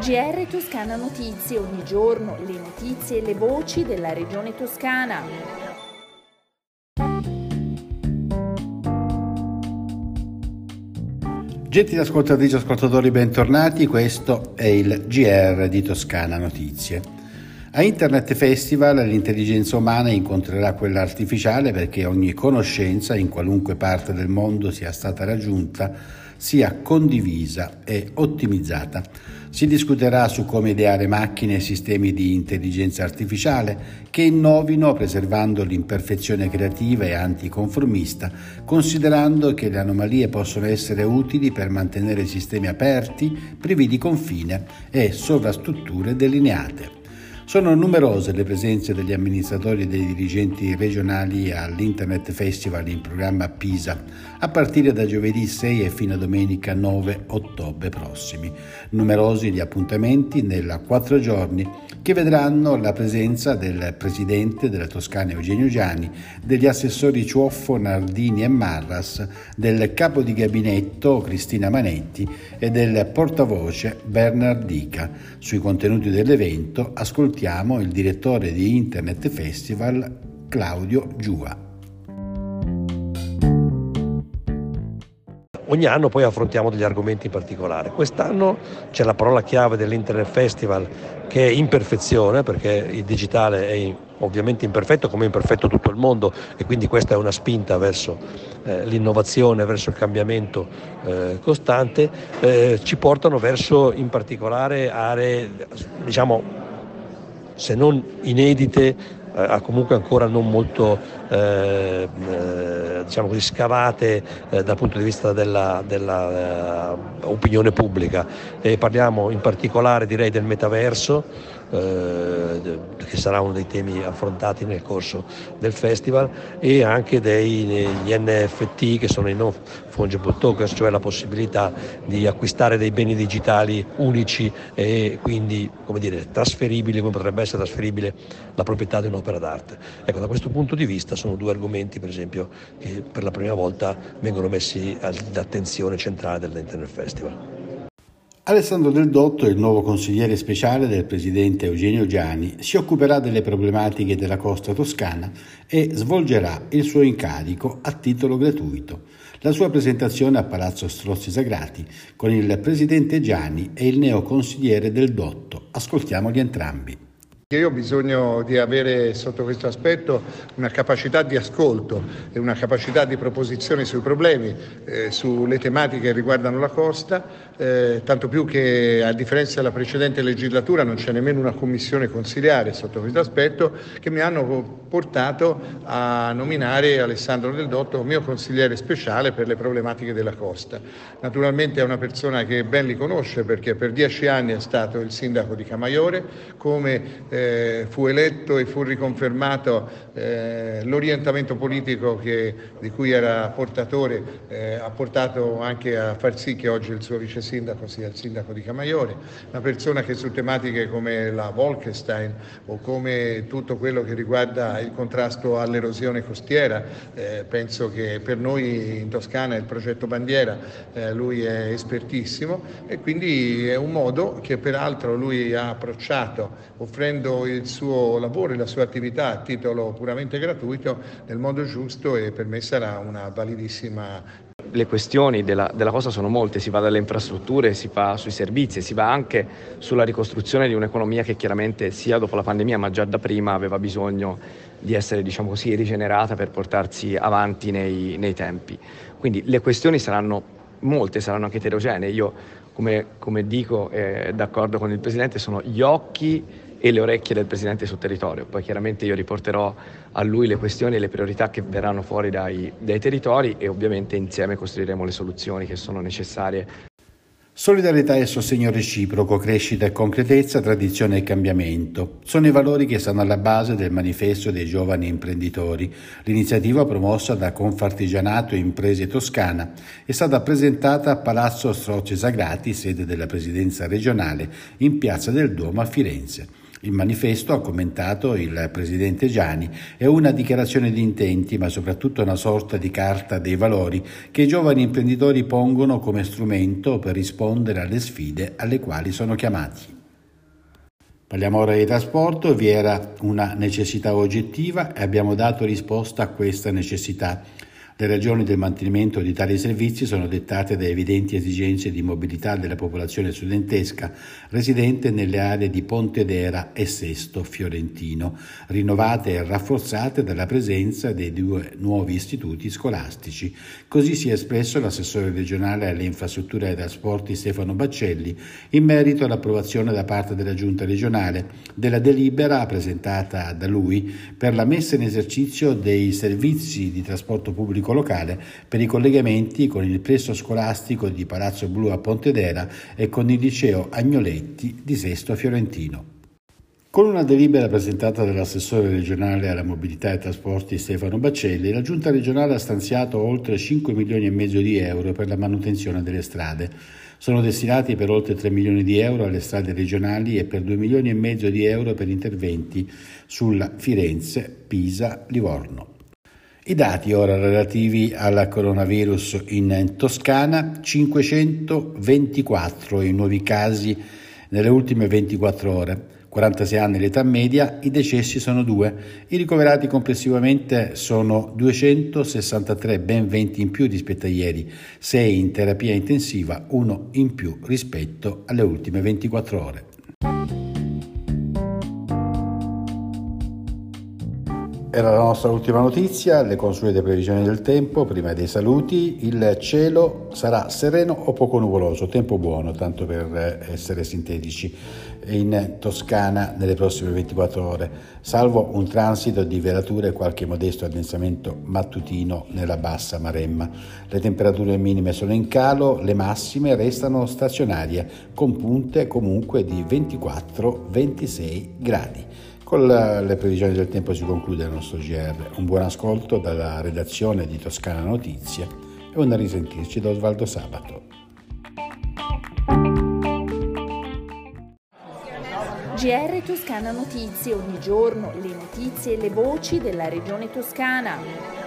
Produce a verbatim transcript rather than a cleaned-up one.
G R Toscana Notizie, ogni giorno le notizie e le voci della regione toscana. Gentili ascoltatrici e ascoltatori, bentornati, questo è il G R di Toscana Notizie. A Internet Festival l'intelligenza umana incontrerà quella artificiale perché ogni conoscenza in qualunque parte del mondo sia stata raggiunta sia condivisa e ottimizzata. Si discuterà su come ideare macchine e sistemi di intelligenza artificiale che innovino preservando l'imperfezione creativa e anticonformista, considerando che le anomalie possono essere utili per mantenere sistemi aperti, privi di confine e sovrastrutture delineate. Sono numerose le presenze degli amministratori e dei dirigenti regionali all'Internet Festival in programma a Pisa, a partire da giovedì sei e fino a domenica nove ottobre prossimi. Numerosi gli appuntamenti nella quattro giorni che vedranno la presenza del presidente della Toscana Eugenio Giani, degli assessori Ciuoffo, Nardini e Marras, del capo di gabinetto Cristina Manetti e del portavoce Bernard Dica. Sui contenuti dell'evento ascoltiamo il direttore di Internet Festival, Claudio Giua. Ogni anno poi affrontiamo degli argomenti in particolare. Quest'anno c'è la parola chiave dell'Internet Festival che è imperfezione, perché il digitale è ovviamente imperfetto come è imperfetto tutto il mondo, e quindi questa è una spinta verso eh, l'innovazione, verso il cambiamento eh, costante. Eh, ci portano verso in particolare aree, diciamo, se non inedite, eh, comunque ancora non molto eh, eh, diciamo così scavate eh, dal punto di vista della, della uh, opinione pubblica. E parliamo in particolare, direi, del metaverso, eh, che sarà uno dei temi affrontati nel corso del festival, e anche degli N F T, che sono i non fungible tokens, cioè la possibilità di acquistare dei beni digitali unici e quindi, come dire, trasferibili, come potrebbe essere trasferibile la proprietà di un'opera d'arte. Ecco, da questo punto di vista sono due argomenti, per esempio, che per la prima volta vengono messi all'attenzione centrale dell'Internet Festival. Alessandro Del Dotto, il nuovo consigliere speciale del presidente Eugenio Giani, si occuperà delle problematiche della costa toscana e svolgerà il suo incarico a titolo gratuito. La sua presentazione a Palazzo Strozzi Sagrati con il presidente Giani e il neo consigliere Del Dotto. Ascoltiamoli entrambi. Io ho bisogno di avere sotto questo aspetto una capacità di ascolto e una capacità di proposizione sui problemi, eh, sulle tematiche che riguardano la costa, eh, tanto più che a differenza della precedente legislatura non c'è nemmeno una commissione consiliare sotto questo aspetto, che mi hanno portato a nominare Alessandro Del Dotto mio consigliere speciale per le problematiche della costa. Naturalmente è una persona che ben li conosce perché per dieci anni è stato il sindaco di Camaiore, come Eh, fu eletto e fu riconfermato eh, l'orientamento politico che, di cui era portatore, eh, ha portato anche a far sì che oggi il suo vice sindaco sia il sindaco di Camaiore, una persona che su tematiche come la Bolkestein o come tutto quello che riguarda il contrasto all'erosione costiera, eh, penso che per noi in Toscana il progetto Bandiera, eh, lui è espertissimo, e quindi è un modo che peraltro lui ha approcciato offrendo il suo lavoro e la sua attività a titolo puramente gratuito nel modo giusto, e per me sarà una validissima. Le questioni della, della costa sono molte, si va dalle infrastrutture, si va sui servizi, si va anche sulla ricostruzione di un'economia che chiaramente sia dopo la pandemia ma già da prima aveva bisogno di essere, diciamo così, rigenerata per portarsi avanti nei, nei tempi. Quindi le questioni saranno molte, saranno anche eterogenee. Io, come, come dico, eh, d'accordo con il Presidente, sono gli occhi e le orecchie del Presidente sul territorio. Poi chiaramente io riporterò a lui le questioni e le priorità che verranno fuori dai, dai territori, e ovviamente insieme costruiremo le soluzioni che sono necessarie. Solidarietà e sostegno reciproco, crescita e concretezza, tradizione e cambiamento. Sono i valori che stanno alla base del manifesto dei giovani imprenditori. L'iniziativa, promossa da Confartigianato e Imprese Toscana, è stata presentata a Palazzo Strozzi Sagrati, sede della presidenza regionale, in Piazza del Duomo a Firenze. Il manifesto, ha commentato il presidente Giani, è una dichiarazione di intenti, ma soprattutto una sorta di carta dei valori che i giovani imprenditori pongono come strumento per rispondere alle sfide alle quali sono chiamati. Parliamo ora di trasporto. Vi era una necessità oggettiva e abbiamo dato risposta a questa necessità. Le ragioni del mantenimento di tali servizi sono dettate da evidenti esigenze di mobilità della popolazione studentesca residente nelle aree di Pontedera e Sesto Fiorentino, rinnovate e rafforzate dalla presenza dei due nuovi istituti scolastici. Così si è espresso l'assessore regionale alle infrastrutture e ai trasporti Stefano Baccelli in merito all'approvazione da parte della Giunta regionale della delibera presentata da lui per la messa in esercizio dei servizi di trasporto pubblico locale per i collegamenti con il plesso scolastico di Palazzo Blu a Pontedera e con il liceo Agnoletti di Sesto Fiorentino. Con una delibera presentata dall'assessore regionale alla mobilità e trasporti Stefano Baccelli, la Giunta regionale ha stanziato oltre cinque milioni e mezzo di euro per la manutenzione delle strade. Sono destinati per oltre tre milioni di euro alle strade regionali e per due milioni e mezzo di euro per interventi sulla Firenze-Pisa-Livorno. I dati ora relativi al coronavirus in Toscana: cinquecentoventiquattro i nuovi casi nelle ultime ventiquattro ore, quarantasei anni l'età media, i decessi sono due, i ricoverati complessivamente sono duecentosessantatré, ben venti in più rispetto a ieri, sei in terapia intensiva, uno in più rispetto alle ultime ventiquattro ore. Era la nostra ultima notizia, le consuete previsioni del tempo. Prima dei saluti: il cielo sarà sereno o poco nuvoloso, tempo buono, tanto per essere sintetici, in Toscana nelle prossime ventiquattro ore, salvo un transito di velature e qualche modesto addensamento mattutino nella bassa Maremma. Le temperature minime sono in calo, le massime restano stazionarie, con punte comunque di ventiquattro ventisei gradi. Con le previsioni del tempo si conclude il nostro G R. Un buon ascolto dalla redazione di Toscana Notizie e un risentirci da Osvaldo Sabato. G R Toscana Notizie, ogni giorno le notizie e le voci della regione toscana.